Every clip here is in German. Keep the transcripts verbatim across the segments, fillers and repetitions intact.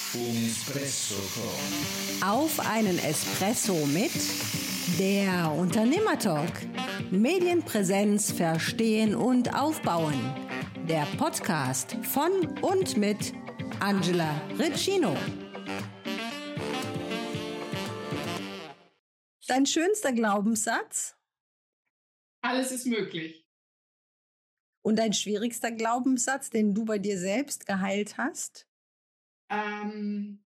Espresso Call. Auf einen Espresso mit der Unternehmertalk. Medienpräsenz verstehen und aufbauen. Der Podcast von und mit Angela Riccino. Dein schönster Glaubenssatz? Alles ist möglich. Und dein schwierigster Glaubenssatz, den du bei dir selbst geheilt hast? Ähm,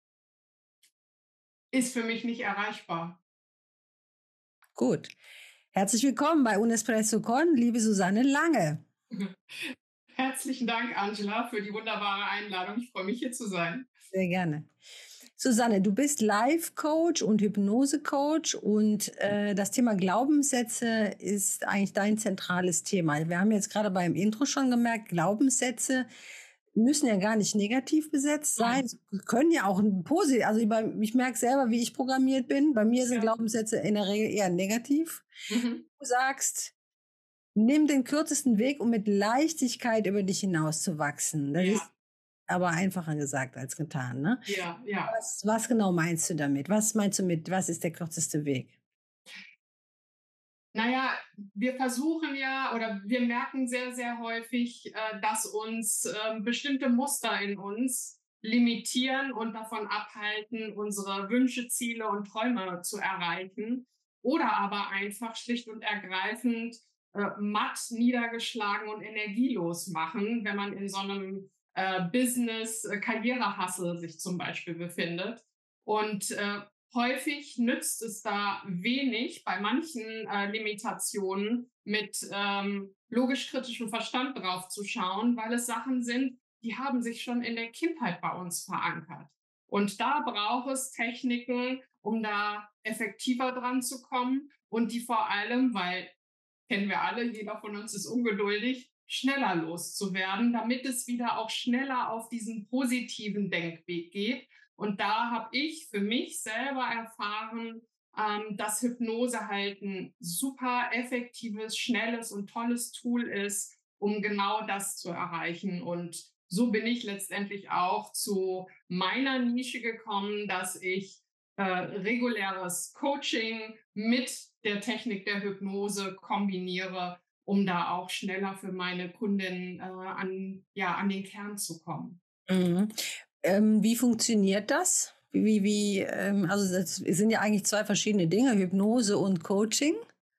ist für mich nicht erreichbar. Gut. Herzlich willkommen bei Un Espresso Con, liebe Susanne Lange. Herzlichen Dank, Angela, für die wunderbare Einladung. Ich freue mich, hier zu sein. Sehr gerne. Susanne, du bist Life-Coach und Hypnose-Coach und äh, das Thema Glaubenssätze ist eigentlich dein zentrales Thema. Wir haben jetzt gerade beim Intro schon gemerkt, Glaubenssätze müssen ja gar nicht negativ besetzt sein, Nein. können ja auch ein positiv, also ich, ich merke selber, wie ich programmiert bin. Bei mir sind ja. Glaubenssätze in der Regel eher negativ. Mhm. Du sagst, nimm den kürzesten Weg, um mit Leichtigkeit über dich hinaus zu wachsen. Das ja. ist aber einfacher gesagt als getan, ne? Ja, ja. Was, was genau meinst du damit? Was meinst du mit, was ist der kürzeste Weg? Naja, wir versuchen ja oder wir merken sehr, sehr häufig, äh, dass uns äh, bestimmte Muster in uns limitieren und davon abhalten, unsere Wünsche, Ziele und Träume zu erreichen oder aber einfach schlicht und ergreifend äh, matt, niedergeschlagen und energielos machen, wenn man in so einem äh, Business, äh, Karriere-Hustle sich zum Beispiel befindet. Und äh, häufig nützt es da wenig, bei manchen äh, Limitationen mit ähm, logisch-kritischem Verstand drauf zu schauen, weil es Sachen sind, die haben sich schon in der Kindheit bei uns verankert. Und da braucht es Techniken, um da effektiver dran zu kommen und die vor allem, weil, kennen wir alle, jeder von uns ist ungeduldig, schneller loszuwerden, damit es wieder auch schneller auf diesen positiven Denkweg geht. Und da habe ich für mich selber erfahren, ähm, dass Hypnose halt ein super effektives, schnelles und tolles Tool ist, um genau das zu erreichen. Und so bin ich letztendlich auch zu meiner Nische gekommen, dass ich äh, reguläres Coaching mit der Technik der Hypnose kombiniere, um da auch schneller für meine Kundinnen äh, an, ja, an den Kern zu kommen. Mhm. Ähm, wie funktioniert das? Wie, wie, ähm, also das sind ja eigentlich zwei verschiedene Dinge, Hypnose und Coaching.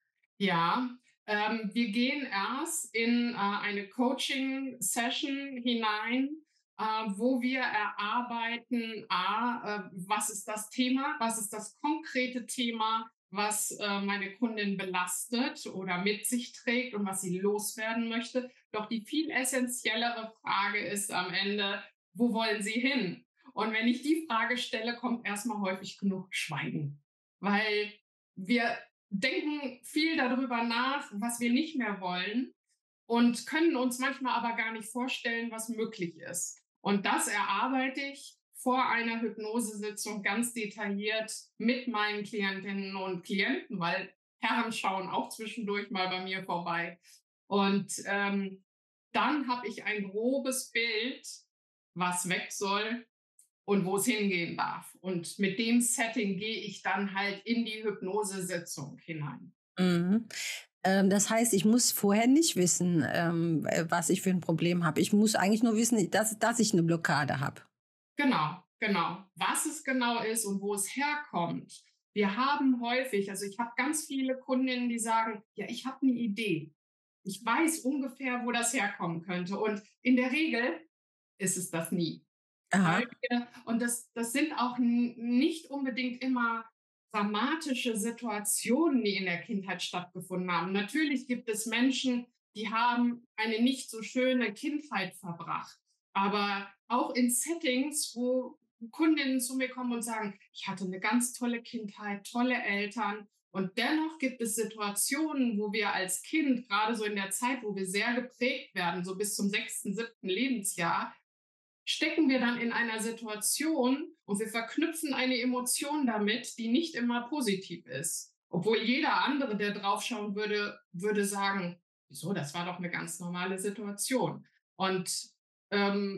Ja, ähm, wir gehen erst in äh, eine Coaching-Session hinein, äh, wo wir erarbeiten, a, äh, was ist das Thema, was ist das konkrete Thema, was äh, meine Kundin belastet oder mit sich trägt und was sie loswerden möchte. Doch die viel essentiellere Frage ist am Ende, wo wollen Sie hin? Und wenn ich die Frage stelle, kommt erstmal häufig genug Schweigen, weil wir denken viel darüber nach, was wir nicht mehr wollen und können uns manchmal aber gar nicht vorstellen, was möglich ist. Und das erarbeite ich vor einer Hypnosesitzung ganz detailliert mit meinen Klientinnen und Klienten, weil Herren schauen auch zwischendurch mal bei mir vorbei. Und ähm, dann habe ich ein grobes Bild, was weg soll und wo es hingehen darf. Und mit dem Setting gehe ich dann halt in die Hypnosesitzung hinein. Mhm. Ähm, das heißt, ich muss vorher nicht wissen, ähm, was ich für ein Problem habe. Ich muss eigentlich nur wissen, dass, dass ich eine Blockade habe. Genau, genau. Was es genau ist und wo es herkommt. Wir haben häufig, also ich habe ganz viele Kundinnen, die sagen, ja, ich habe eine Idee. Ich weiß ungefähr, wo das herkommen könnte. Und in der Regel ist es das nie. Aha. Wir, und das, das sind auch n- nicht unbedingt immer dramatische Situationen, die in der Kindheit stattgefunden haben. Natürlich gibt es Menschen, die haben eine nicht so schöne Kindheit verbracht. Aber auch in Settings, wo Kundinnen zu mir kommen und sagen, ich hatte eine ganz tolle Kindheit, tolle Eltern. Und dennoch gibt es Situationen, wo wir als Kind, gerade so in der Zeit, wo wir sehr geprägt werden, so bis zum sechsten, siebten Lebensjahr, stecken wir dann in einer Situation und wir verknüpfen eine Emotion damit, die nicht immer positiv ist. Obwohl jeder andere, der draufschauen würde, würde sagen, wieso, das war doch eine ganz normale Situation. Und ähm,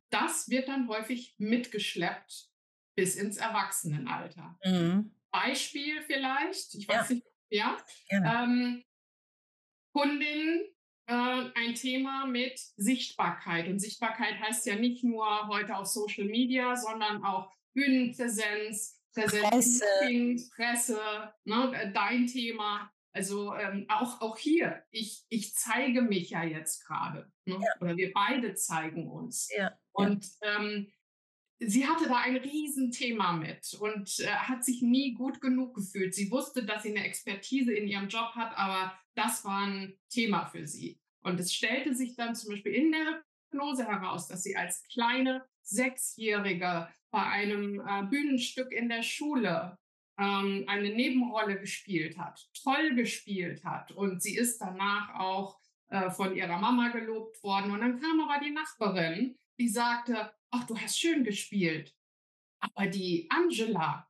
das wird dann häufig mitgeschleppt bis ins Erwachsenenalter. Mhm. Beispiel vielleicht, ich Ja, weiß nicht, ja, gerne. ähm, Kundin, äh, ein Thema mit Sichtbarkeit. Und Sichtbarkeit heißt ja nicht nur heute auf Social Media, sondern auch Bühnenpräsenz, Präsenz im Presse. Meeting, Presse, ne, äh, dein Thema. Also ähm, auch, auch hier, ich, ich zeige mich ja jetzt gerade. Ne? Ja, Oder wir beide zeigen uns. ja, ja. Und ähm, sie hatte da ein Riesenthema mit und äh, hat sich nie gut genug gefühlt. Sie wusste, dass sie eine Expertise in ihrem Job hat, aber das war ein Thema für sie. Und es stellte sich dann zum Beispiel in der Hypnose heraus, dass sie als kleine Sechsjährige bei einem äh, Bühnenstück in der Schule ähm, eine Nebenrolle gespielt hat, toll gespielt hat. Und sie ist danach auch äh, von ihrer Mama gelobt worden. Und dann kam aber die Nachbarin, die sagte, ach, du hast schön gespielt. Aber die Angela,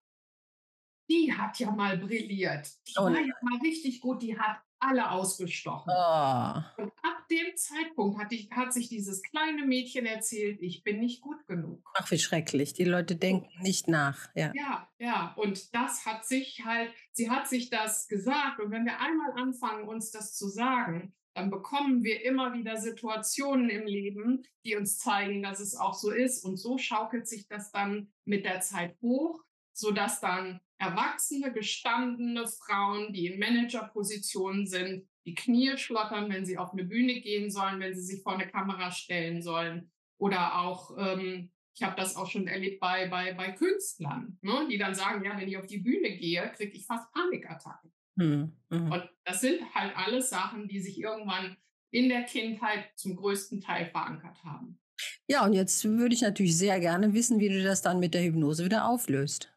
die hat ja mal brilliert. Die Oh war nein. ja mal richtig gut, die hat alle ausgestochen. Oh. Und ab dem Zeitpunkt hat, die, hat sich dieses kleine Mädchen erzählt, ich bin nicht gut genug. Ach, wie schrecklich. Die Leute denken nicht nach. Ja. Ja, ja, und das hat sich halt, sie hat sich das gesagt. Und wenn wir einmal anfangen, uns das zu sagen, dann bekommen wir immer wieder Situationen im Leben, die uns zeigen, dass es auch so ist. Und so schaukelt sich das dann mit der Zeit hoch, sodass dann erwachsene, gestandene Frauen, die in Managerpositionen sind, die Knie schlottern, wenn sie auf eine Bühne gehen sollen, wenn sie sich vor eine Kamera stellen sollen. Oder auch ähm, ich habe das auch schon erlebt bei, bei, bei Künstlern, ne, die dann sagen, ja, wenn ich auf die Bühne gehe, kriege ich fast Panikattacken. Mhm. Mhm. Und das sind halt alles Sachen, die sich irgendwann in der Kindheit zum größten Teil verankert haben. Ja, und jetzt würde ich natürlich sehr gerne wissen, wie du das dann mit der Hypnose wieder auflöst.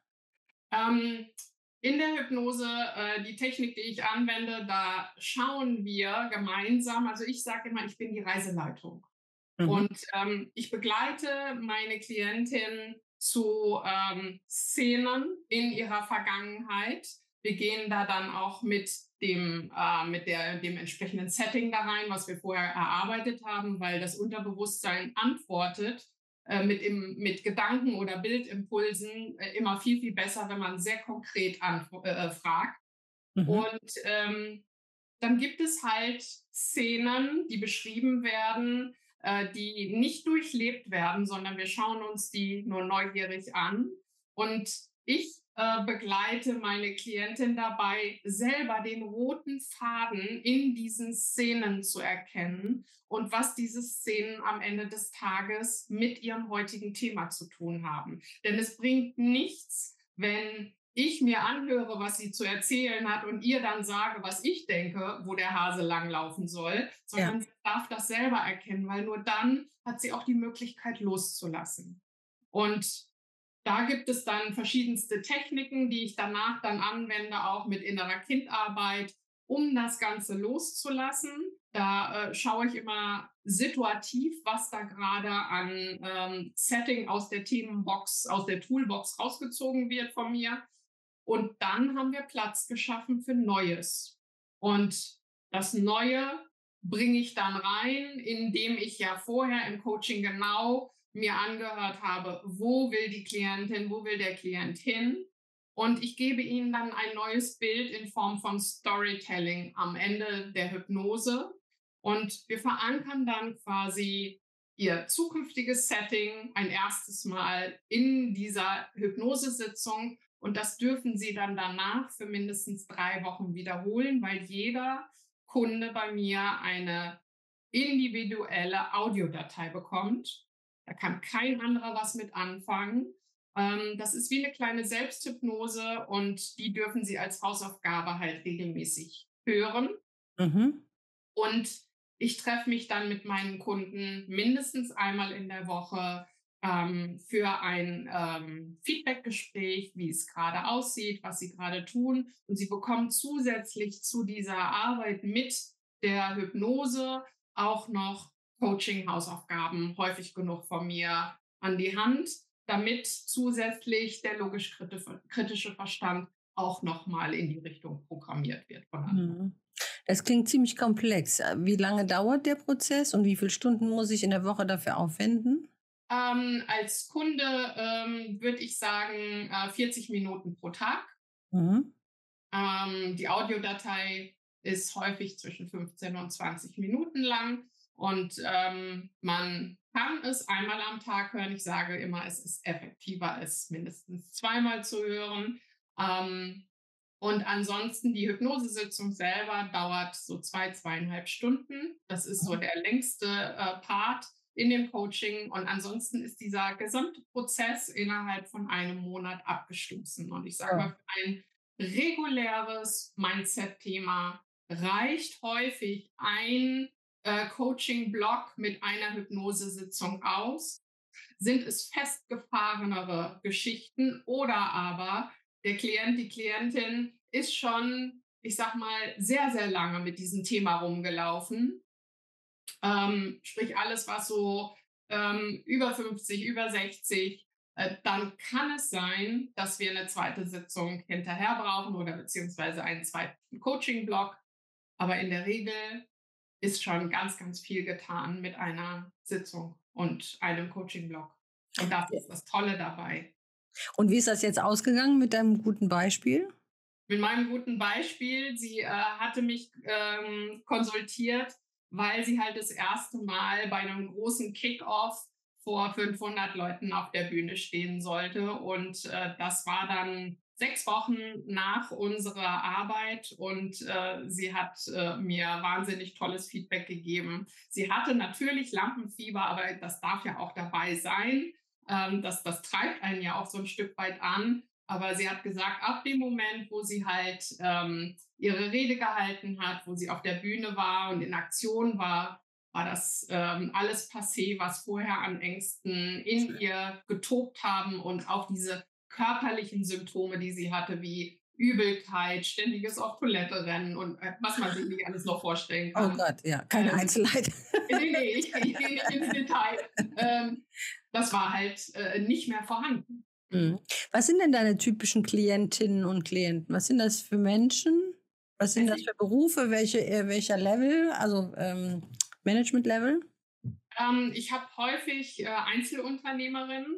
Ähm, in der Hypnose, äh, die Technik, die ich anwende, da schauen wir gemeinsam, also ich sage immer, ich bin die Reiseleitung. Mhm. Und ähm, ich begleite meine Klientin zu ähm, Szenen in ihrer Vergangenheit. Wir gehen da dann auch mit dem, äh, mit der, dem entsprechenden Setting da rein, was wir vorher erarbeitet haben, weil das Unterbewusstsein antwortet äh, mit, im, mit Gedanken oder Bildimpulsen äh, immer viel, viel besser, wenn man sehr konkret äh, fragt. Mhm. Und ähm, dann gibt es halt Szenen, die beschrieben werden, äh, die nicht durchlebt werden, sondern wir schauen uns die nur neugierig an. Und ich äh, begleite meine Klientin dabei, selber den roten Faden in diesen Szenen zu erkennen und was diese Szenen am Ende des Tages mit ihrem heutigen Thema zu tun haben. Denn es bringt nichts, wenn ich mir anhöre, was sie zu erzählen hat und ihr dann sage, was ich denke, wo der Hase langlaufen soll, sondern ja. sie darf das selber erkennen, weil nur dann hat sie auch die Möglichkeit loszulassen. Und da gibt es dann verschiedenste Techniken, die ich danach dann anwende, auch mit innerer Kindarbeit, um das Ganze loszulassen. Da äh, schaue ich immer situativ, was da gerade an ähm, Setting aus der Themenbox, aus der Toolbox rausgezogen wird von mir. Und dann haben wir Platz geschaffen für Neues. Und das Neue bringe ich dann rein, indem ich ja vorher im Coaching genau mir angehört habe, wo will die Klientin, wo will der Klient hin. Und ich gebe ihnen dann ein neues Bild in Form von Storytelling am Ende der Hypnose. Und wir verankern dann quasi ihr zukünftiges Setting ein erstes Mal in dieser Hypnosesitzung. Und das dürfen Sie dann danach für mindestens drei Wochen wiederholen, weil jeder Kunde bei mir eine individuelle Audiodatei bekommt. Da kann kein anderer was mit anfangen. Ähm, das ist wie eine kleine Selbsthypnose und die dürfen Sie als Hausaufgabe halt regelmäßig hören. Mhm. Und ich treffe mich dann mit meinen Kunden mindestens einmal in der Woche ähm, für ein ähm, Feedbackgespräch, wie es gerade aussieht, was sie gerade tun. Und sie bekommen zusätzlich zu dieser Arbeit mit der Hypnose auch noch Coaching-Hausaufgaben häufig genug von mir an die Hand, damit zusätzlich der logisch-kritische Verstand auch nochmal in die Richtung programmiert wird von Anfang. Mhm. Das klingt ziemlich komplex. Wie lange dauert der Prozess und wie viele Stunden muss ich in der Woche dafür aufwenden? Ähm, als Kunde ähm, würde ich sagen, äh, vierzig Minuten pro Tag. Mhm. Ähm, die Audiodatei ist häufig zwischen fünfzehn und zwanzig Minuten lang und ähm, man kann es einmal am Tag hören. Ich sage immer, es ist effektiver, es mindestens zweimal zu hören. Ähm, und ansonsten die Hypnosesitzung selber dauert so zwei, zweieinhalb Stunden. Das ist so der längste äh, Part in dem Coaching. Und ansonsten ist dieser gesamte Prozess innerhalb von einem Monat abgeschlossen. Und ich sage Ja. mal, für ein reguläres Mindset-Thema reicht häufig ein äh, Coaching-Block mit einer Hypnosesitzung aus. Sind es festgefahrenere Geschichten oder aber der Klient, die Klientin ist schon, ich sag mal, sehr, sehr lange mit diesem Thema rumgelaufen. Ähm, sprich alles, was so ähm, über fünfzig, über sechzig, äh, dann kann es sein, dass wir eine zweite Sitzung hinterher brauchen oder beziehungsweise einen zweiten Coaching-Block. Aber in der Regel ist schon ganz, ganz viel getan mit einer Sitzung und einem Coaching-Block. Und das ist das Tolle dabei. Und wie ist das jetzt ausgegangen mit deinem guten Beispiel? Mit meinem guten Beispiel, sie äh, hatte mich ähm, konsultiert, weil sie halt das erste Mal bei einem großen Kick-Off vor fünfhundert Leuten auf der Bühne stehen sollte. Und äh, das war dann sechs Wochen nach unserer Arbeit und äh, sie hat äh, mir wahnsinnig tolles Feedback gegeben. Sie hatte natürlich Lampenfieber, aber das darf ja auch dabei sein. Ähm, das, das treibt einen ja auch so ein Stück weit an. Aber sie hat gesagt, ab dem Moment, wo sie halt ähm, ihre Rede gehalten hat, wo sie auf der Bühne war und in Aktion war, war das ähm, alles passé, was vorher an Ängsten in ihr getobt haben und auch diese körperlichen Symptome, die sie hatte, wie Übelkeit, ständiges auf Toilette rennen und äh, was man sich nicht alles noch vorstellen Oh kann. Gott, ja, keine Ähm, Einzelheit. nee, nee, ich, ich gehe nicht ins Detail. Ähm, das war halt äh, nicht mehr vorhanden. Mhm. Was sind denn deine typischen Klientinnen und Klienten? Was sind das für Menschen? Was sind Also das ich für Berufe? Welche, äh, welcher Level? Also ähm, Management-Level? Ähm, ich habe häufig äh, Einzelunternehmerinnen,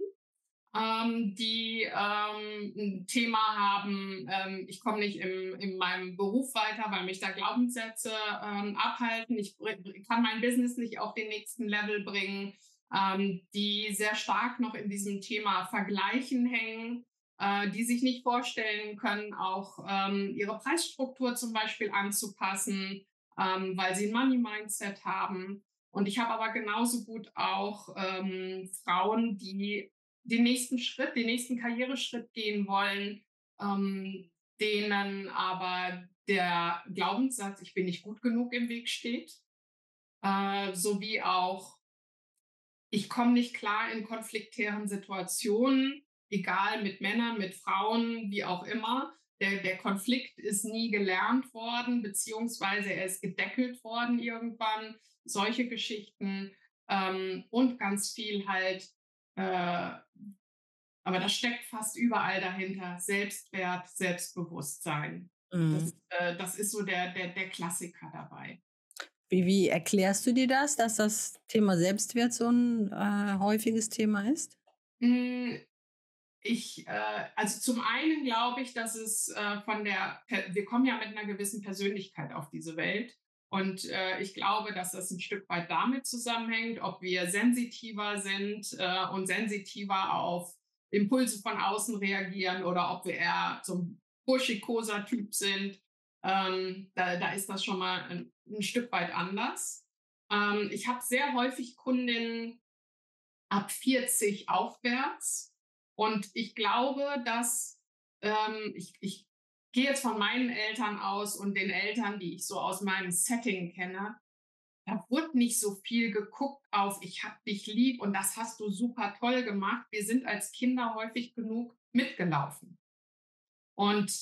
ähm, die ähm, ein Thema haben, ähm, ich komme nicht im, in meinem Beruf weiter, weil mich da Glaubenssätze ähm, abhalten. Ich kann mein Business nicht auf den nächsten Level bringen, ähm, die sehr stark noch in diesem Thema Vergleichen hängen, äh, die sich nicht vorstellen können, auch ähm, ihre Preisstruktur zum Beispiel anzupassen, ähm, weil sie ein Money-Mindset haben. Und ich habe aber genauso gut auch ähm, Frauen, die den nächsten Schritt, den nächsten Karriereschritt gehen wollen, ähm, denen aber der Glaubenssatz, ich bin nicht gut genug im Weg steht, äh, sowie auch, ich komme nicht klar in konfliktären Situationen, egal mit Männern, mit Frauen, wie auch immer. Der, der Konflikt ist nie gelernt worden, beziehungsweise er ist gedeckelt worden irgendwann. Solche Geschichten ähm, und ganz viel halt, äh, aber das steckt fast überall dahinter, Selbstwert, Selbstbewusstsein. Mhm. Das, äh, das ist so der, der, der Klassiker dabei. Wie, wie erklärst du dir das, dass das Thema Selbstwert so ein äh, häufiges Thema ist? Hm, Ich, äh, also zum einen glaube ich, dass es äh, von der, wir kommen ja mit einer gewissen Persönlichkeit auf diese Welt. Und äh, ich glaube, dass das ein Stück weit damit zusammenhängt, ob wir sensitiver sind äh, und sensitiver auf Impulse von außen reagieren oder ob wir eher so ein burschikoser Typ sind. Ähm, da, da ist das schon mal ein, ein Stück weit anders. Ähm, ich habe sehr häufig Kundinnen ab vierzig aufwärts. Und ich glaube, dass ähm, ich, ich gehe jetzt von meinen Eltern aus und den Eltern, die ich so aus meinem Setting kenne, da wurde nicht so viel geguckt auf, ich hab dich lieb und das hast du super toll gemacht. Wir sind als Kinder häufig genug mitgelaufen. Und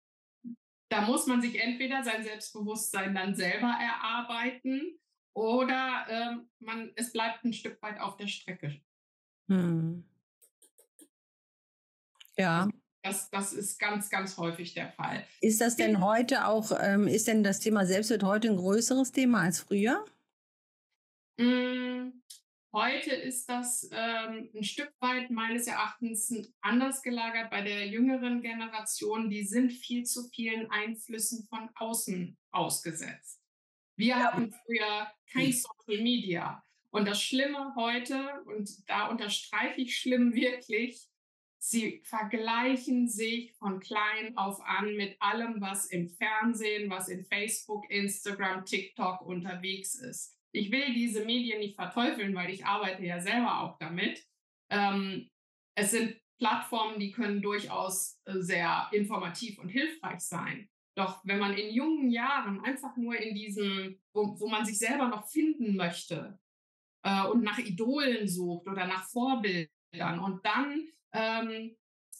da muss man sich entweder sein Selbstbewusstsein dann selber erarbeiten oder ähm, man, es bleibt ein Stück weit auf der Strecke. Mhm. Ja. Das, das ist ganz, ganz häufig der Fall. Ist das denn heute auch, ähm, ist denn das Thema Selbstwert heute ein größeres Thema als früher? Mm, Heute ist das ähm, ein Stück weit meines Erachtens anders gelagert bei der jüngeren Generation. Die sind viel zu vielen Einflüssen von außen ausgesetzt. Wir hatten früher kein Social Media. Und das Schlimme heute, und da unterstreiche ich schlimm wirklich, sie vergleichen sich von klein auf an mit allem, was im Fernsehen, was in Facebook, Instagram, TikTok unterwegs ist. Ich will diese Medien nicht verteufeln, weil ich arbeite ja selber auch damit. Ähm, es sind Plattformen, die können durchaus äh, sehr informativ und hilfreich sein. Doch wenn man in jungen Jahren einfach nur in diesem, wo, wo man sich selber noch finden möchte äh, und nach Idolen sucht oder nach Vorbildern und dann ähm,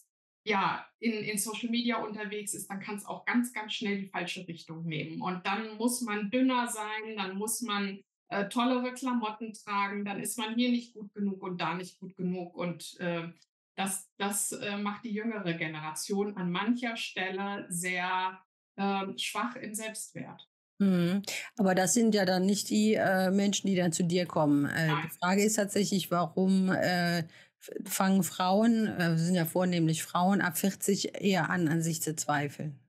ja, in, in Social Media unterwegs ist, dann kann es auch ganz, ganz schnell die falsche Richtung nehmen. Und dann muss man dünner sein, dann muss man äh, tollere Klamotten tragen, dann ist man hier nicht gut genug und da nicht gut genug. Und äh, das, das äh, macht die jüngere Generation an mancher Stelle sehr äh, schwach im Selbstwert. Mhm. Aber das sind ja dann nicht die äh, Menschen, die dann zu dir kommen. Äh, die Nein. Frage ist tatsächlich, warum äh, f- fangen Frauen, äh, das sind ja vornehmlich Frauen, ab vierzig eher an, an sich zu zweifeln?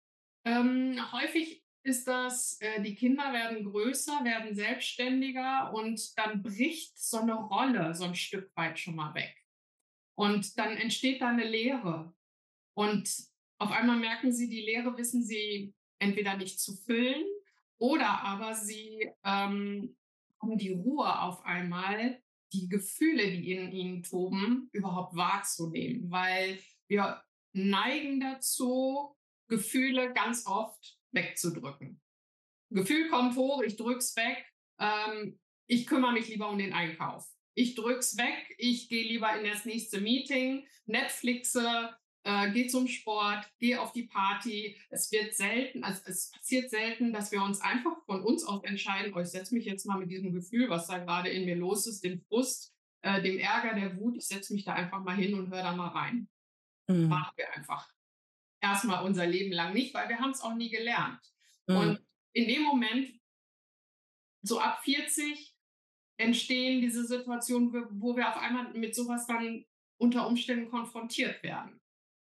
Ähm, häufig ist das, äh, die Kinder werden größer, werden selbstständiger und dann bricht so eine Rolle so ein Stück weit schon mal weg. Und dann entsteht da eine Leere. Und auf einmal merken sie, die Leere wissen sie entweder nicht zu füllen oder aber sie ähm, haben die Ruhe auf einmal, die Gefühle, die in ihnen toben, überhaupt wahrzunehmen. Weil wir neigen dazu, Gefühle ganz oft wegzudrücken. Ein Gefühl kommt hoch, ich drück's weg, ähm, ich kümmere mich lieber um den Einkauf. Ich drück's weg, ich gehe lieber in das nächste Meeting, Netflixe, äh, gehe zum Sport, gehe auf die Party. Es wird selten, also es passiert selten, dass wir uns einfach von uns aus entscheiden, oh, ich setze mich jetzt mal mit diesem Gefühl, was da gerade in mir los ist, dem Frust, äh, dem Ärger, der Wut, ich setze mich da einfach mal hin und höre da mal rein. Mhm. Machen wir einfach erstmal unser Leben lang nicht, weil wir haben es auch nie gelernt. Mhm. Und in dem Moment, so ab vierzig, entstehen diese Situationen, wo wir auf einmal mit sowas dann unter Umständen konfrontiert werden.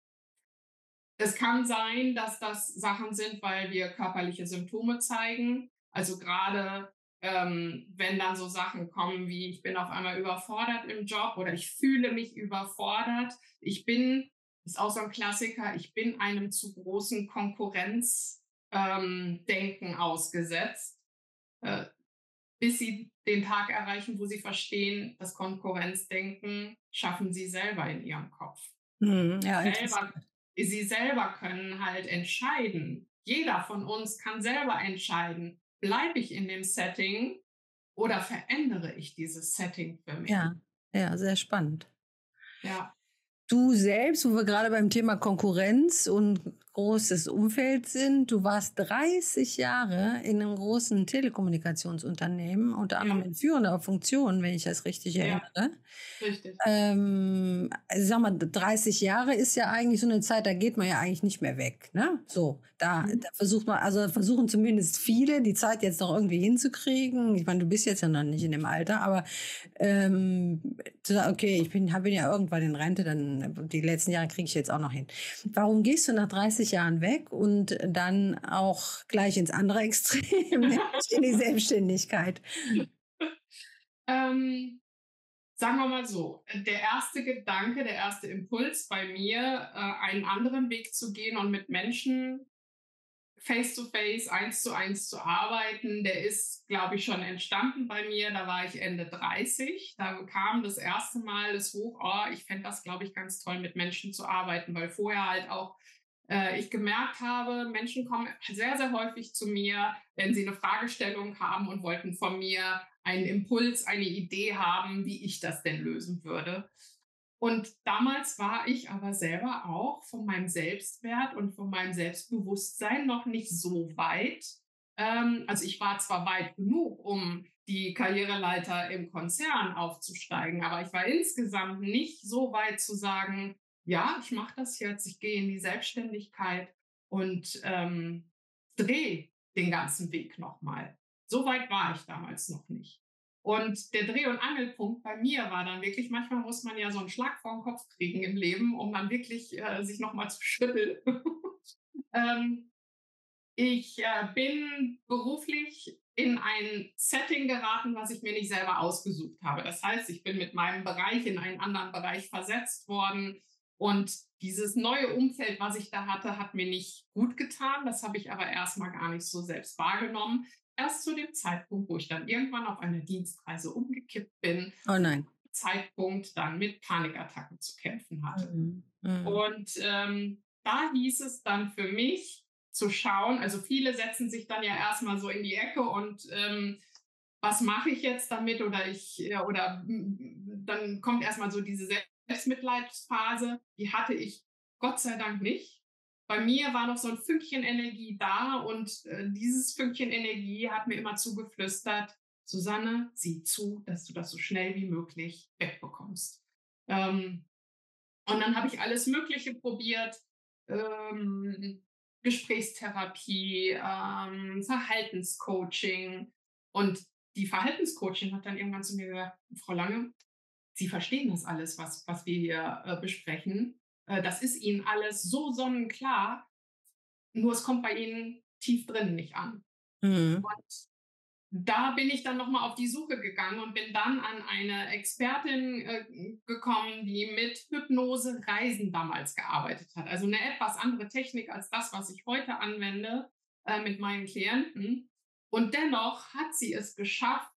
Es kann sein, dass das Sachen sind, weil wir körperliche Symptome zeigen. Also gerade ähm, wenn dann so Sachen kommen wie, ich bin auf einmal überfordert im Job oder ich fühle mich überfordert. Ich bin, ist auch so ein Klassiker, ich bin einem zu großen Konkurrenzdenken ähm, Denken ausgesetzt. Äh, bis sie den Tag erreichen, wo sie verstehen, das Konkurrenzdenken schaffen sie selber in ihrem Kopf. Mhm. Ja, Selber, interessant. sie selber können halt entscheiden. Jeder von uns kann selber entscheiden, bleibe ich in dem Setting oder verändere ich dieses Setting für mich. Ja, ja, sehr spannend. Ja, Du selbst, wo wir gerade beim Thema Konkurrenz und großes Umfeld sind, du warst dreißig Jahre in einem großen Telekommunikationsunternehmen, unter anderem ja, in führender Funktion, wenn ich das richtig ja, erinnere. richtig. Ähm, also sag mal, dreißig Jahre ist ja eigentlich so eine Zeit, da geht man ja eigentlich nicht mehr weg, ne? So, da, Mhm. da versucht man, also versuchen zumindest viele, die Zeit jetzt noch irgendwie hinzukriegen. Ich meine, du bist jetzt ja noch nicht in dem Alter, aber ähm, zu sagen, okay, ich bin, hab- bin ja irgendwann in Rente, dann die letzten Jahre kriege ich jetzt auch noch hin. Warum gehst du nach dreißig Jahren weg und dann auch gleich ins andere Extrem, nämlich in die Selbstständigkeit? ähm, Sagen wir mal so, der erste Gedanke, der erste Impuls bei mir, äh, einen anderen Weg zu gehen und mit Menschen face to face, eins zu eins zu arbeiten, der ist, glaube ich, schon entstanden bei mir. Da war ich Ende dreißig. Da kam das erste Mal das hoch, oh, ich fände das, glaube ich, ganz toll, mit Menschen zu arbeiten, weil vorher halt auch äh, ich gemerkt habe, Menschen kommen sehr, sehr häufig zu mir, wenn sie eine Fragestellung haben und wollten von mir einen Impuls, eine Idee haben, wie ich das denn lösen würde. Und damals war ich aber selber auch von meinem Selbstwert und von meinem Selbstbewusstsein noch nicht so weit. Ähm, also ich war zwar weit genug, um die Karriereleiter im Konzern aufzusteigen, aber ich war insgesamt nicht so weit zu sagen, ja, ich mache das jetzt, ich gehe in die Selbstständigkeit und ähm, drehe den ganzen Weg nochmal. So weit war ich damals noch nicht. Und der Dreh- und Angelpunkt bei mir war dann wirklich, manchmal muss man ja so einen Schlag vor den Kopf kriegen im Leben, um dann wirklich äh, sich nochmal zu schütteln. ähm, ich äh, bin beruflich in ein Setting geraten, was ich mir nicht selber ausgesucht habe. Das heißt, ich bin mit meinem Bereich in einen anderen Bereich versetzt worden. Und dieses neue Umfeld, was ich da hatte, hat mir nicht gut getan. Das habe ich aber erstmal gar nicht so selbst wahrgenommen. Erst zu dem Zeitpunkt, wo ich dann irgendwann auf einer Dienstreise umgekippt bin, Oh nein. Zeitpunkt dann mit Panikattacken zu kämpfen hatte. Mhm. Mhm. Und ähm, da hieß es dann für mich zu schauen, also viele setzen sich dann ja erstmal so in die Ecke und ähm, was mache ich jetzt damit? Oder ich, ja, oder mm, dann kommt erstmal so diese Selbstmitleidsphase, die hatte ich Gott sei Dank nicht. Bei mir war noch so ein Fünkchen Energie da und äh, dieses Fünkchen Energie hat mir immer zugeflüstert, Susanne, sieh zu, dass du das so schnell wie möglich wegbekommst. Ähm, und dann habe ich alles Mögliche probiert, ähm, Gesprächstherapie, ähm, Verhaltenscoaching. Und die Verhaltenscoachin hat dann irgendwann zu mir gesagt, Frau Lange, Sie verstehen das alles, was, was wir hier äh, besprechen. Äh, das ist Ihnen alles so sonnenklar, nur es kommt bei Ihnen tief drin nicht an. Mhm. Und da bin ich dann nochmal auf die Suche gegangen und bin dann an eine Expertin äh, gekommen, die mit Hypnose Reisen damals gearbeitet hat. Also eine etwas andere Technik als das, was ich heute anwende äh, mit meinen Klienten. Und dennoch hat sie es geschafft,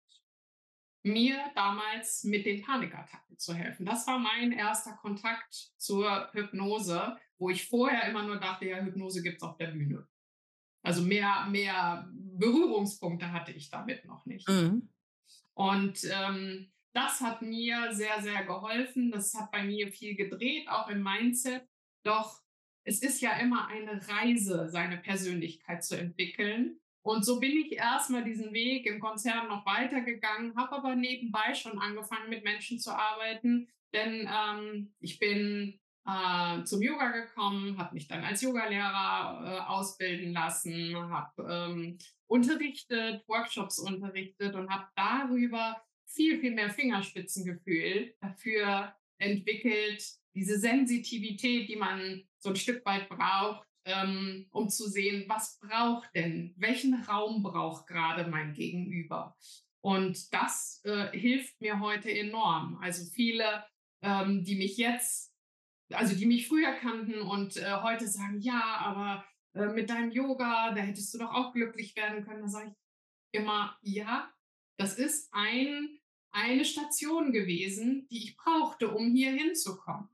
mir damals mit den Panikattacken zu helfen. Das war mein erster Kontakt zur Hypnose, wo ich vorher immer nur dachte, ja, Hypnose gibt es auf der Bühne. Also mehr, mehr Berührungspunkte hatte ich damit noch nicht. Mhm. Und ähm, das hat mir sehr, sehr geholfen. Das hat bei mir viel gedreht, auch im Mindset. Doch es ist ja immer eine Reise, seine Persönlichkeit zu entwickeln. Und so bin ich erstmal diesen Weg im Konzern noch weitergegangen, habe aber nebenbei schon angefangen, mit Menschen zu arbeiten. Denn ähm, ich bin äh, zum Yoga gekommen, habe mich dann als Yogalehrer äh, ausbilden lassen, habe ähm, unterrichtet, Workshops unterrichtet und habe darüber viel, viel mehr Fingerspitzengefühl dafür entwickelt, diese Sensitivität, die man so ein Stück weit braucht, ähm, um zu sehen, was braucht denn, welchen Raum braucht gerade mein Gegenüber. Und das äh, hilft mir heute enorm. Also viele, ähm, die mich jetzt, also die mich früher kannten und äh, heute sagen, ja, aber äh, mit deinem Yoga, da hättest du doch auch glücklich werden können. Da sage ich immer, ja, das ist ein, eine Station gewesen, die ich brauchte, um hier hinzukommen.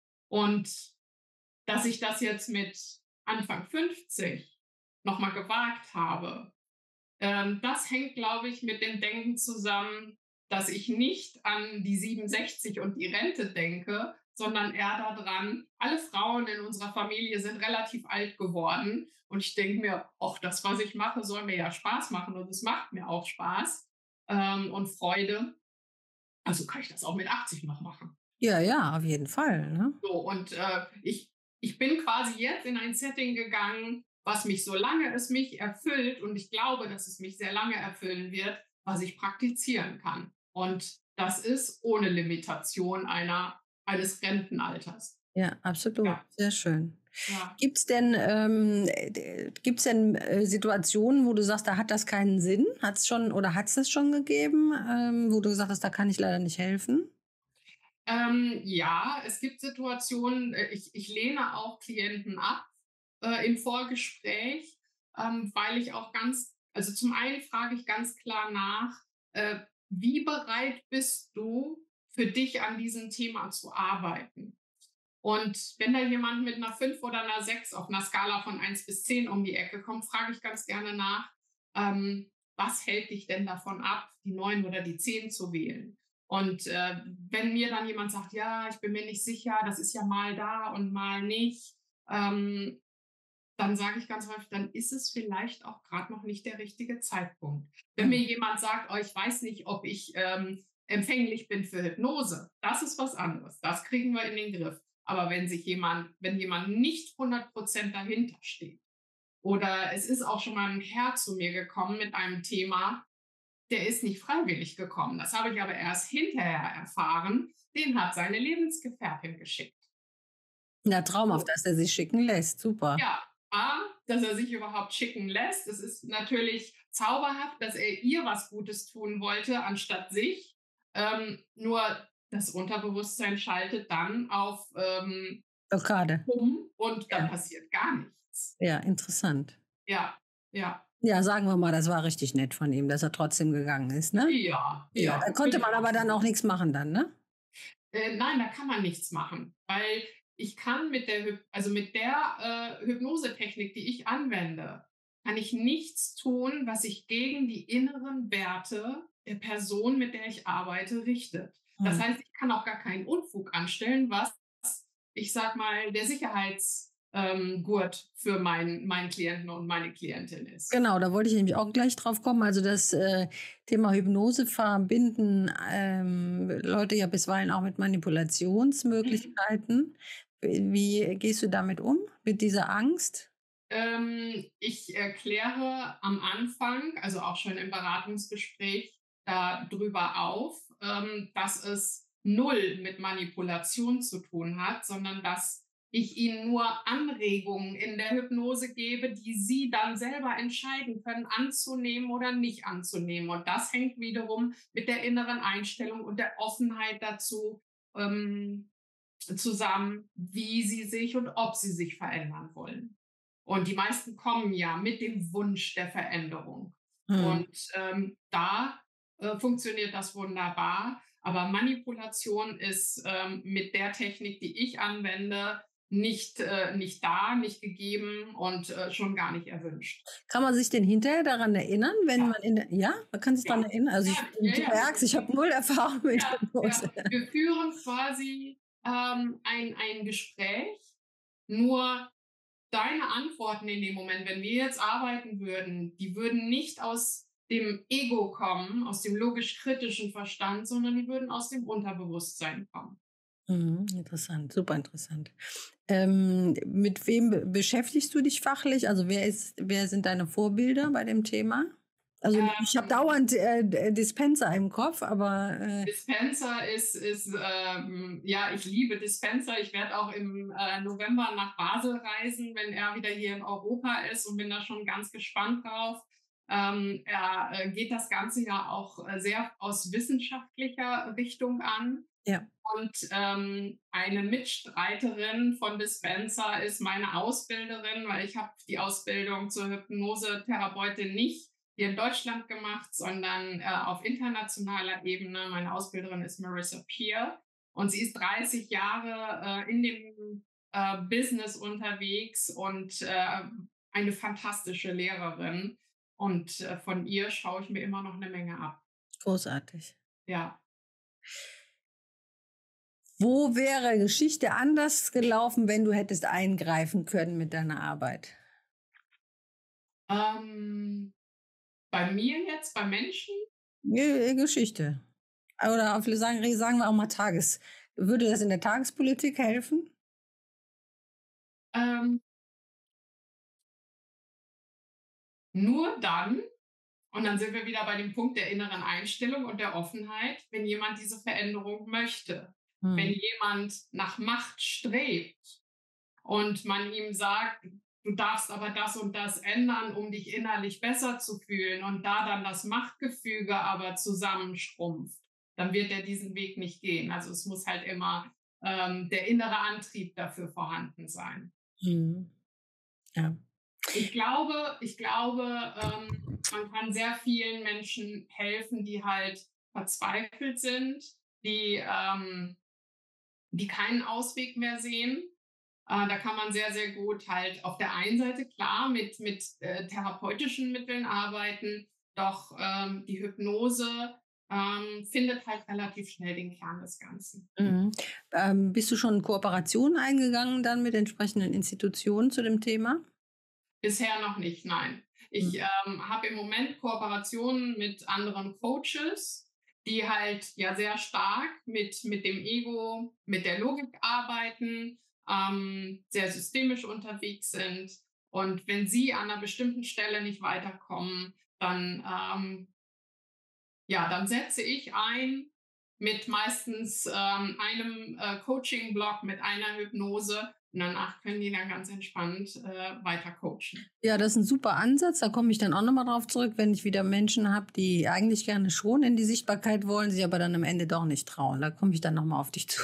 Und dass ich das jetzt mit Anfang fünfzig nochmal gewagt habe, ähm, das hängt, glaube ich, mit dem Denken zusammen, dass ich nicht an die siebenundsechzig und die Rente denke, sondern eher daran, alle Frauen in unserer Familie sind relativ alt geworden. Und ich denke mir, ach, das, was ich mache, soll mir ja Spaß machen. Und es macht mir auch Spaß ähm, und Freude. Also kann ich das auch mit achtzig noch machen. Ja, ja, auf jeden Fall. Ne? So, und äh, ich, ich bin quasi jetzt in ein Setting gegangen, was mich, solange es mich erfüllt, und ich glaube, dass es mich sehr lange erfüllen wird, was ich praktizieren kann. Und das ist ohne Limitation einer, eines Rentenalters. Ja, absolut. Ja. Sehr schön. Ja. Gibt es denn, ähm, gibt's denn äh, Situationen, wo du sagst, da hat das keinen Sinn? Hat es schon oder hat es das schon gegeben, ähm, wo du gesagt hast, da kann ich leider nicht helfen? Ähm, ja, es gibt Situationen, äh, ich, ich lehne auch Klienten ab äh, im Vorgespräch, ähm, weil ich auch ganz, also zum einen frage ich ganz klar nach, äh, wie bereit bist du für dich an diesem Thema zu arbeiten? Und wenn da jemand mit einer fünf oder einer sechs auf einer Skala von eins bis zehn um die Ecke kommt, frage ich ganz gerne nach, ähm, was hält dich denn davon ab, die neun oder die zehn zu wählen? Und äh, wenn mir dann jemand sagt, ja, ich bin mir nicht sicher, das ist ja mal da und mal nicht, ähm, dann sage ich ganz häufig, dann ist es vielleicht auch gerade noch nicht der richtige Zeitpunkt. Wenn Mhm. mir jemand sagt, oh, ich weiß nicht, ob ich ähm, empfänglich bin für Hypnose, das ist was anderes. Das kriegen wir in den Griff. Aber wenn sich jemand, wenn jemand nicht hundert Prozent dahinter steht, oder es ist auch schon mal ein Herr zu mir gekommen mit einem Thema, der ist nicht freiwillig gekommen. Das habe ich aber erst hinterher erfahren. Den hat seine Lebensgefährtin geschickt. Ja, traumhaft, So. dass er sich schicken lässt. Super. Ja, A, dass er sich überhaupt schicken lässt. Es ist natürlich zauberhaft, dass er ihr was Gutes tun wollte, anstatt sich. Ähm, nur das Unterbewusstsein schaltet dann auf ähm, Blockade. um und da Ja. passiert gar nichts. Ja, interessant. Ja, ja. Ja, sagen wir mal, das war richtig nett von ihm, dass er trotzdem gegangen ist, ne? Ja, Ja, ja. da konnte man aber dann auch nichts machen dann, ne? Äh, nein, da kann man nichts machen, weil ich kann mit der, Hyp also mit der äh, Hypnosetechnik, die ich anwende, kann ich nichts tun, was sich gegen die inneren Werte der Person, mit der ich arbeite, richtet. Das Mhm. heißt, ich kann auch gar keinen Unfug anstellen, was, ich sag mal, der Sicherheitsgurt ähm, Gurt für meinen, meinen Klienten und meine Klientin ist. Genau, da wollte ich nämlich auch gleich drauf kommen. Also das äh, Thema Hypnose verbinden ähm, Leute ja bisweilen auch mit Manipulationsmöglichkeiten. Wie gehst du damit um, mit dieser Angst? Ähm, ich erkläre am Anfang, also auch schon im Beratungsgespräch, darüber auf, ähm, dass es null mit Manipulation zu tun hat, sondern dass ich ihnen nur Anregungen in der Hypnose gebe, die sie dann selber entscheiden können, anzunehmen oder nicht anzunehmen. Und das hängt wiederum mit der inneren Einstellung und der Offenheit dazu ähm, zusammen, wie sie sich und ob sie sich verändern wollen. Und die meisten kommen ja mit dem Wunsch der Veränderung. Mhm. Und ähm, da äh, funktioniert das wunderbar. Aber Manipulation ist ähm, mit der Technik, die ich anwende, nicht, äh, nicht da, nicht gegeben und äh, schon gar nicht erwünscht. Kann man sich denn hinterher daran erinnern, wenn Ja. man in der, ja, man kann sich Ja. daran erinnern. Also ich, Ja, du ja, ja. merkst, ich habe null Erfahrung mit Ja, Hypnose. ja. Wir führen quasi ähm, ein, ein Gespräch, nur deine Antworten in dem Moment, wenn wir jetzt arbeiten würden, die würden nicht aus dem Ego kommen, aus dem logisch-kritischen Verstand, sondern die würden aus dem Unterbewusstsein kommen. Mhm, interessant, super interessant. Ähm, mit wem be beschäftigst du dich fachlich? Also wer ist, wer sind deine Vorbilder bei dem Thema? Also Ähm, ich habe dauernd äh, Dispenser im Kopf, aber äh, Dispenser ist, ist ähm, ja, ich liebe Dispenser. Ich werde auch im äh, November nach Basel reisen, wenn er wieder hier in Europa ist und bin da schon ganz gespannt drauf. Ähm, er äh, geht das Ganze ja auch äh, sehr aus wissenschaftlicher Richtung an. ja. Und ähm, eine Mitstreiterin von Dispenser ist meine Ausbilderin, weil ich habe die Ausbildung zur Hypnosetherapeutin nicht hier in Deutschland gemacht, sondern äh, auf internationaler Ebene. Meine Ausbilderin ist Marissa Peer und sie ist dreißig Jahre äh, in dem äh, Business unterwegs und äh, eine fantastische Lehrerin. Und äh, von ihr schaue ich mir immer noch eine Menge ab. Großartig. Ja. Wo wäre Geschichte anders gelaufen, wenn du hättest eingreifen können mit deiner Arbeit? Ähm, bei mir jetzt, bei Menschen? Ge- Geschichte. Oder vielleicht sagen, sagen wir auch mal Tages. Würde das in der Tagespolitik helfen? Ähm, nur dann, und dann sind wir wieder bei dem Punkt der inneren Einstellung und der Offenheit, wenn jemand diese Veränderung möchte. Hm. Wenn jemand nach Macht strebt und man ihm sagt, du darfst aber das und das ändern, um dich innerlich besser zu fühlen und da dann das Machtgefüge aber zusammenschrumpft, dann wird er diesen Weg nicht gehen. Also es muss halt immer ähm, der innere Antrieb dafür vorhanden sein. Hm. Ja. Ich glaube, ich glaube, ähm, man kann sehr vielen Menschen helfen, die halt verzweifelt sind, die, ähm, die keinen Ausweg mehr sehen. Äh, da kann man sehr, sehr gut halt auf der einen Seite klar mit, mit äh, therapeutischen Mitteln arbeiten, doch ähm, die Hypnose ähm, findet halt relativ schnell den Kern des Ganzen. Mhm. Ähm, bist du schon Kooperationen eingegangen dann mit entsprechenden Institutionen zu dem Thema? Bisher noch nicht, nein. Ich Mhm. ähm, habe im Moment Kooperationen mit anderen Coaches, die halt ja sehr stark mit, mit dem Ego, mit der Logik arbeiten, ähm, sehr systemisch unterwegs sind. Und wenn sie an einer bestimmten Stelle nicht weiterkommen, dann ähm, ja, dann setze ich ein mit meistens ähm, einem äh, Coaching-Block, mit einer Hypnose. Und danach können die dann ganz entspannt äh, weiter coachen. Ja, das ist ein super Ansatz. Da komme ich dann auch nochmal drauf zurück, wenn ich wieder Menschen habe, die eigentlich gerne schon in die Sichtbarkeit wollen, sich aber dann am Ende doch nicht trauen. Da komme ich dann nochmal auf dich zu.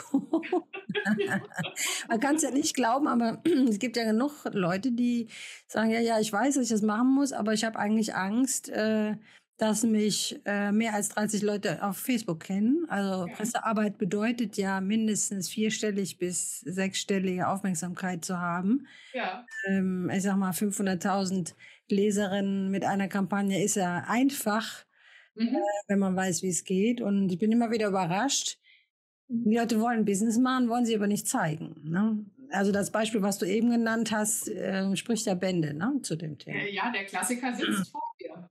Man kann es ja nicht glauben, aber es gibt ja genug Leute, die sagen, ja, ja, ich weiß, dass ich das machen muss, aber ich habe eigentlich Angst, äh, dass mich äh, mehr als dreißig Leute auf Facebook kennen. Also Ja. Pressearbeit bedeutet ja mindestens vierstellig bis sechsstellige Aufmerksamkeit zu haben. Ja. Ähm, ich sag mal, fünfhunderttausend Leserinnen mit einer Kampagne ist ja einfach, Mhm. äh, wenn man weiß, wie es geht. Und ich bin immer wieder überrascht. Die Leute wollen Business machen, wollen sie aber nicht zeigen. Ne? Also das Beispiel, was du eben genannt hast, äh, spricht ja Bände, ne, zu dem Thema. Äh, ja, der Klassiker sitzt vor dir.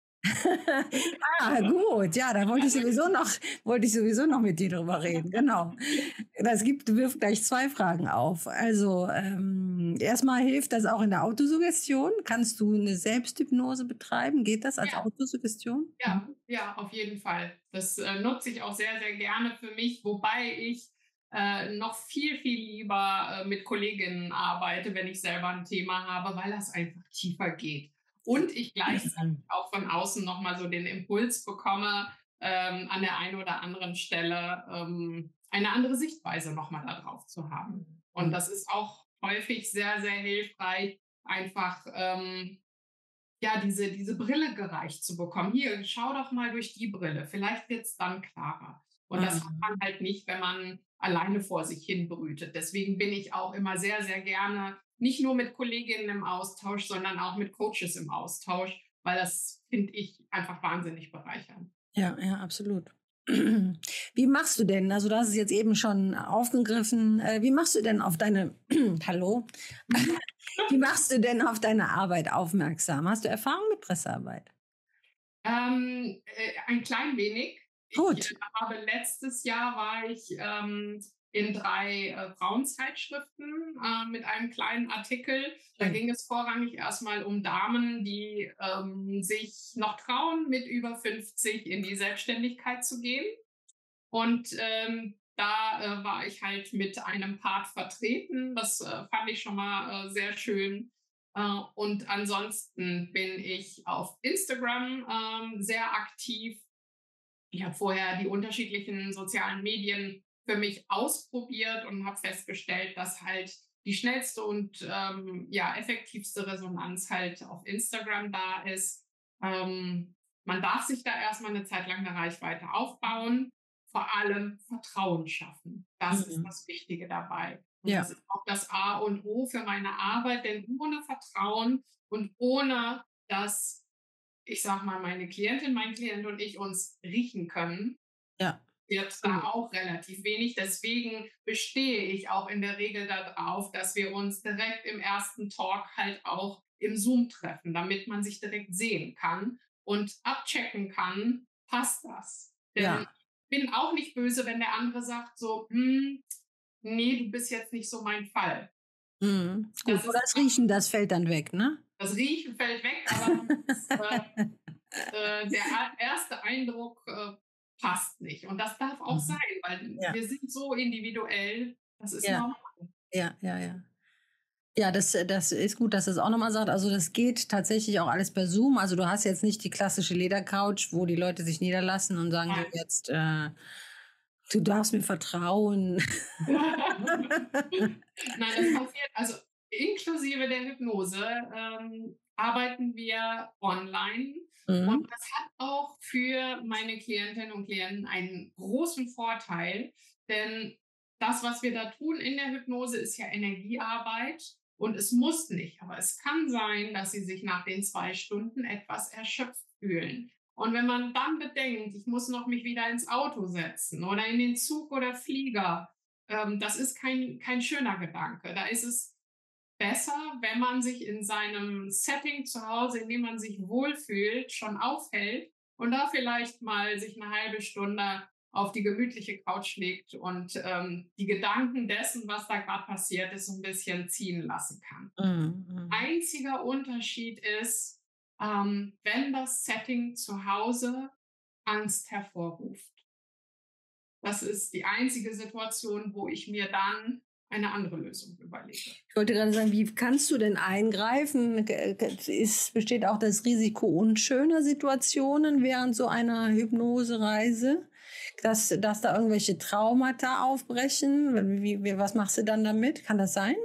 Ah, gut, ja, da wollte ich sowieso noch, wollte ich sowieso noch mit dir drüber reden, genau. Das gibt, wirft gleich zwei Fragen auf. Also ähm, erstmal hilft das auch in der Autosuggestion. Kannst du eine Selbsthypnose betreiben? Geht das als Ja. Autosuggestion? Ja, ja, auf jeden Fall. Das äh, nutze ich auch sehr, sehr gerne für mich, wobei ich äh, noch viel, viel lieber äh, mit Kolleginnen arbeite, wenn ich selber ein Thema habe, weil das einfach tiefer geht. Und ich gleichzeitig auch von außen nochmal so den Impuls bekomme, ähm, an der einen oder anderen Stelle ähm, eine andere Sichtweise nochmal darauf zu haben. Und das ist auch häufig sehr, sehr hilfreich, einfach ähm, ja, diese, diese Brille gereicht zu bekommen. Hier, schau doch mal durch die Brille. Vielleicht wird es dann klarer. Und das hat man halt nicht, wenn man alleine vor sich hin brütet. Deswegen bin ich auch immer sehr, sehr gerne nicht nur mit Kolleginnen im Austausch, sondern auch mit Coaches im Austausch, weil das finde ich einfach wahnsinnig bereichernd. Ja, ja, absolut. Wie machst du denn, also du hast es jetzt eben schon aufgegriffen, äh, wie machst du denn auf deine, hallo, wie machst du denn auf deine Arbeit aufmerksam? Hast du Erfahrung mit Pressearbeit? Ähm, äh, ein klein wenig. Gut. Ich äh, habe letztes Jahr war ich ähm, in drei äh, Frauenzeitschriften äh, mit einem kleinen Artikel. Da Schön. ging es vorrangig erstmal um Damen, die ähm, sich noch trauen, mit über fünfzig in die Selbstständigkeit zu gehen. Und ähm, da äh, war ich halt mit einem Part vertreten. Das äh, fand ich schon mal äh, sehr schön. Äh, und ansonsten bin ich auf Instagram ähm, sehr aktiv. Ich habe vorher die unterschiedlichen sozialen Medien für mich ausprobiert und habe festgestellt, dass halt die schnellste und ähm, ja, effektivste Resonanz halt auf Instagram da ist. Ähm, man darf sich da erstmal eine Zeit lang eine Reichweite aufbauen, vor allem Vertrauen schaffen. Das ist Mhm. das Wichtige dabei. Und Ja. das ist auch das A und O für meine Arbeit, denn ohne Vertrauen und ohne dass ich sag mal, meine Klientin, mein Klient und ich uns riechen können, Ja. wird da auch relativ wenig. Deswegen bestehe ich auch in der Regel darauf, dass wir uns direkt im ersten Talk halt auch im Zoom treffen, damit man sich direkt sehen kann und abchecken kann, passt das? Denn Ja. ich bin auch nicht böse, wenn der andere sagt so, hm, nee, du bist jetzt nicht so mein Fall. Mhm. Gut, Das oder ist das Riechen, das fällt dann weg, ne? das Riechen fällt weg, aber das, äh, äh, der erste Eindruck äh, passt nicht. Und das darf auch Mhm. sein, weil Ja. wir sind so individuell, das ist Ja. normal. Ja, ja, ja. Ja, das, das ist gut, dass du es auch nochmal sagt. Also das geht tatsächlich auch alles per Zoom. Also du hast jetzt nicht die klassische Ledercouch, wo die Leute sich niederlassen und sagen, Nein. so jetzt, äh, du darfst mir vertrauen. Nein, das passiert, also inklusive der Hypnose ähm, arbeiten wir online. Mhm. Und das hat auch für meine Klientinnen und Klienten einen großen Vorteil, denn das, was wir da tun in der Hypnose, ist ja Energiearbeit und es muss nicht, aber es kann sein, dass sie sich nach den zwei Stunden etwas erschöpft fühlen. Und wenn man dann bedenkt, ich muss noch mich wieder ins Auto setzen oder in den Zug oder Flieger, ähm, das ist kein, kein schöner Gedanke. Da ist es besser, wenn man sich in seinem Setting zu Hause, in dem man sich wohlfühlt, schon aufhält und da vielleicht mal sich eine halbe Stunde auf die gemütliche Couch legt und ähm, die Gedanken dessen, was da gerade passiert ist, so ein bisschen ziehen lassen kann. Mhm. Mhm. Einziger Unterschied ist, ähm, wenn das Setting zu Hause Angst hervorruft. Das ist die einzige Situation, wo ich mir dann eine andere Lösung überlege. Ich wollte gerade sagen, wie kannst du denn eingreifen? Es besteht auch das Risiko unschöner Situationen während so einer Hypnosereise, dass, dass da irgendwelche Traumata aufbrechen. Wie, wie, was machst du dann damit? Kann das sein?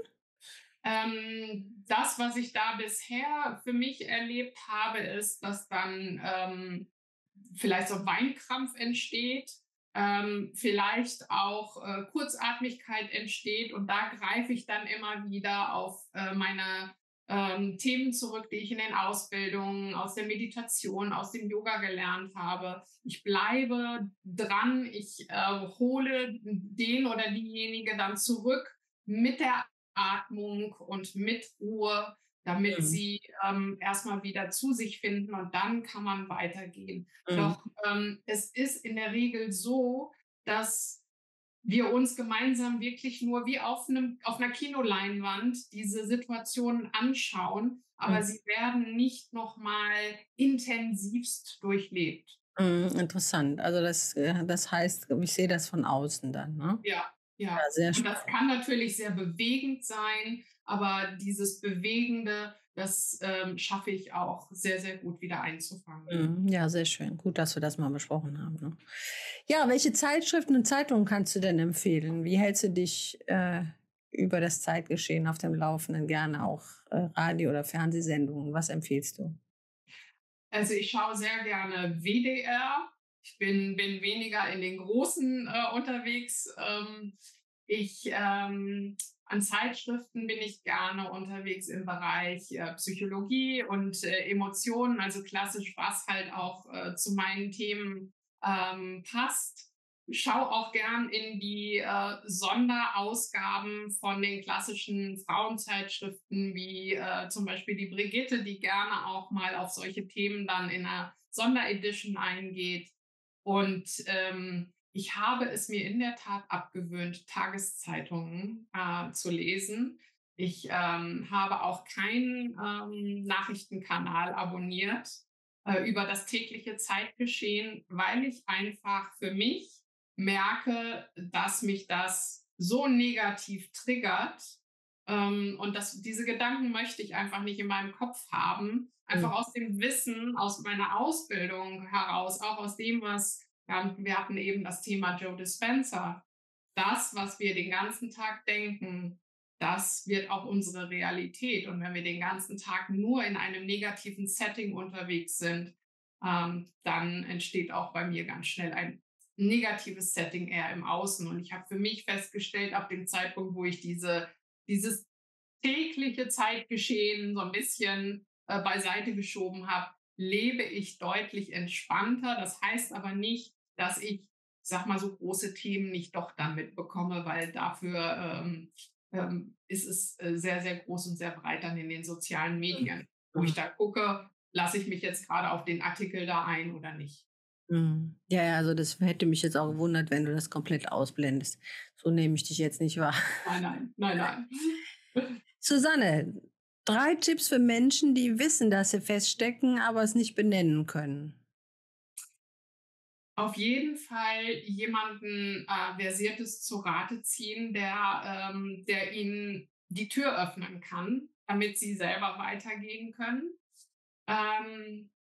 Ähm, das, was ich da bisher für mich erlebt habe, ist, dass dann ähm, vielleicht so Weinkrampf entsteht, ähm, vielleicht auch äh, Kurzatmigkeit entsteht, und da greife ich dann immer wieder auf äh, meine ähm, Themen zurück, die ich in den Ausbildungen, aus der Meditation, aus dem Yoga gelernt habe. Ich bleibe dran, ich äh, hole den oder diejenige dann zurück mit der Atmung und mit Ruhe, damit mhm. sie ähm, erstmal wieder zu sich finden, und dann kann man weitergehen. Mhm. Doch ähm, es ist in der Regel so, dass wir uns gemeinsam wirklich nur wie auf, einem, auf einer Kinoleinwand diese Situationen anschauen, aber mhm. sie werden nicht nochmal intensivst durchlebt. Mhm, interessant. Also das, das heißt, ich sehe das von außen dann, ne? Ja. Ja, ja, sehr und das kann natürlich sehr bewegend sein, aber dieses Bewegende, das ähm, schaffe ich auch sehr, sehr gut wieder einzufangen. Ja, sehr schön. Gut, dass wir das mal besprochen haben. Ne? Ja, welche Zeitschriften und Zeitungen kannst du denn empfehlen? Wie hältst du dich äh, über das Zeitgeschehen auf dem Laufenden? Gerne auch äh, Radio- oder Fernsehsendungen. Was empfiehlst du? Also ich schaue sehr gerne W D R. Ich bin, bin weniger in den Großen äh, unterwegs. Ähm, ich, ähm, an Zeitschriften bin ich gerne unterwegs im Bereich äh, Psychologie und äh, Emotionen, also klassisch, was halt auch äh, zu meinen Themen ähm, passt. Ich schaue auch gern in die äh, Sonderausgaben von den klassischen Frauenzeitschriften, wie äh, zum Beispiel die Brigitte, die gerne auch mal auf solche Themen dann in einer Sonderedition eingeht. Und ähm, ich habe es mir in der Tat abgewöhnt, Tageszeitungen äh, zu lesen. Ich ähm, habe auch keinen ähm, Nachrichtenkanal abonniert äh, über das tägliche Zeitgeschehen, weil ich einfach für mich merke, dass mich das so negativ triggert. Ähm, und das, diese Gedanken möchte ich einfach nicht in meinem Kopf haben. Einfach mhm. aus dem Wissen, aus meiner Ausbildung heraus, auch aus dem, was ja, wir hatten eben das Thema Joe Dispenza. Das, was wir den ganzen Tag denken, das wird auch unsere Realität. Und wenn wir den ganzen Tag nur in einem negativen Setting unterwegs sind, ähm, dann entsteht auch bei mir ganz schnell ein negatives Setting eher im Außen. Und ich habe für mich festgestellt, ab dem Zeitpunkt, wo ich diese, dieses tägliche Zeitgeschehen so ein bisschen äh, beiseite geschoben habe, lebe ich deutlich entspannter. Das heißt aber nicht, dass ich, sag mal, so große Themen nicht doch dann mitbekomme, weil dafür ähm, ähm, ist es äh, sehr, sehr groß und sehr breit dann in den sozialen Medien. Mhm. Wo ich da gucke, lasse ich mich jetzt gerade auf den Artikel da ein oder nicht. Ja, ja, also das hätte mich jetzt auch gewundert, wenn du das komplett ausblendest. So nehme ich dich jetzt nicht wahr. Nein, nein, nein, nein. Susanne, drei Tipps für Menschen, die wissen, dass sie feststecken, aber es nicht benennen können. Auf jeden Fall jemanden äh, Versiertes zu Rate ziehen, der, ähm, der ihnen die Tür öffnen kann, damit sie selber weitergehen können. Ähm,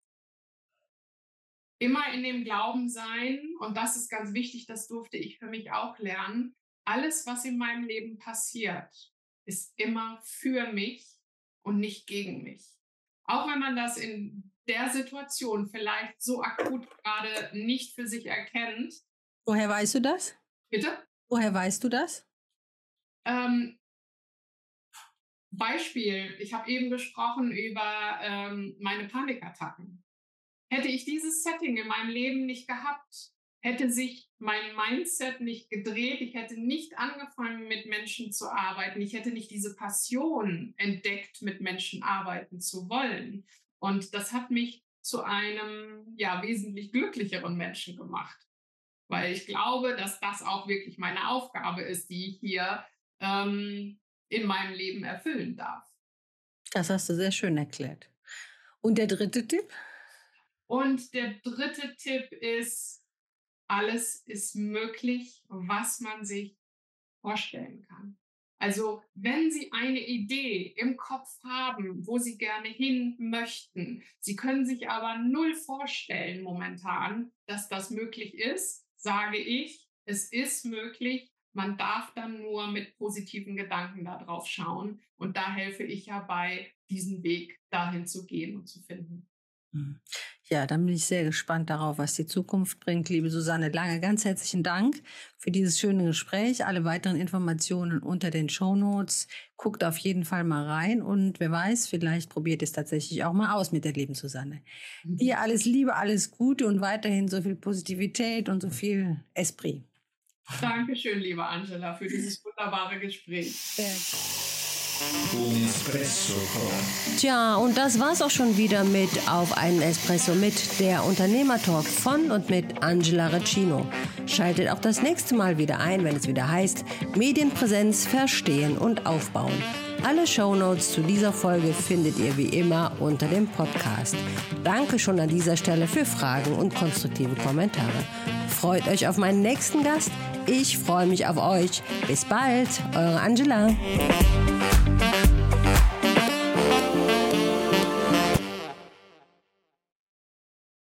immer in dem Glauben sein, und das ist ganz wichtig, das durfte ich für mich auch lernen, alles, was in meinem Leben passiert, ist immer für mich und nicht gegen mich. Auch wenn man das in der Situation vielleicht so akut gerade nicht für sich erkennt. Woher weißt du das? Bitte? Woher weißt du das? Ähm, Beispiel, ich habe eben gesprochen über ähm, meine Panikattacken. Hätte ich dieses Setting in meinem Leben nicht gehabt, hätte sich mein Mindset nicht gedreht, ich hätte nicht angefangen, mit Menschen zu arbeiten, ich hätte nicht diese Passion entdeckt, mit Menschen arbeiten zu wollen. Und das hat mich zu einem ja, wesentlich glücklicheren Menschen gemacht. Weil ich glaube, dass das auch wirklich meine Aufgabe ist, die ich hier ähm, in meinem Leben erfüllen darf. Das hast du sehr schön erklärt. Und der dritte Tipp? Und der dritte Tipp ist, alles ist möglich, was man sich vorstellen kann. Also wenn Sie eine Idee im Kopf haben, wo Sie gerne hin möchten, Sie können sich aber null vorstellen momentan, dass das möglich ist, sage ich, es ist möglich. Man darf dann nur mit positiven Gedanken da drauf schauen. Und da helfe ich ja bei, diesen Weg dahin zu gehen und zu finden. Ja, dann bin ich sehr gespannt darauf, was die Zukunft bringt. Liebe Susanne Lange, ganz herzlichen Dank für dieses schöne Gespräch. Alle weiteren Informationen unter den Shownotes. Guckt auf jeden Fall mal rein und wer weiß, vielleicht probiert es tatsächlich auch mal aus mit der lieben Susanne. Mhm. Dir alles Liebe, alles Gute und weiterhin so viel Positivität und so viel Esprit. Dankeschön, liebe Angela, für dieses wunderbare Gespräch. Sehr Tja, und das war's auch schon wieder mit Auf einen Espresso mit der Unternehmertalk von und mit Angela Recino. Schaltet auch das nächste Mal wieder ein, wenn es wieder heißt Medienpräsenz verstehen und aufbauen. Alle Shownotes zu dieser Folge findet ihr wie immer unter dem Podcast. Danke schon an dieser Stelle für Fragen und konstruktive Kommentare. Freut euch auf meinen nächsten Gast. Ich freue mich auf euch. Bis bald, eure Angela.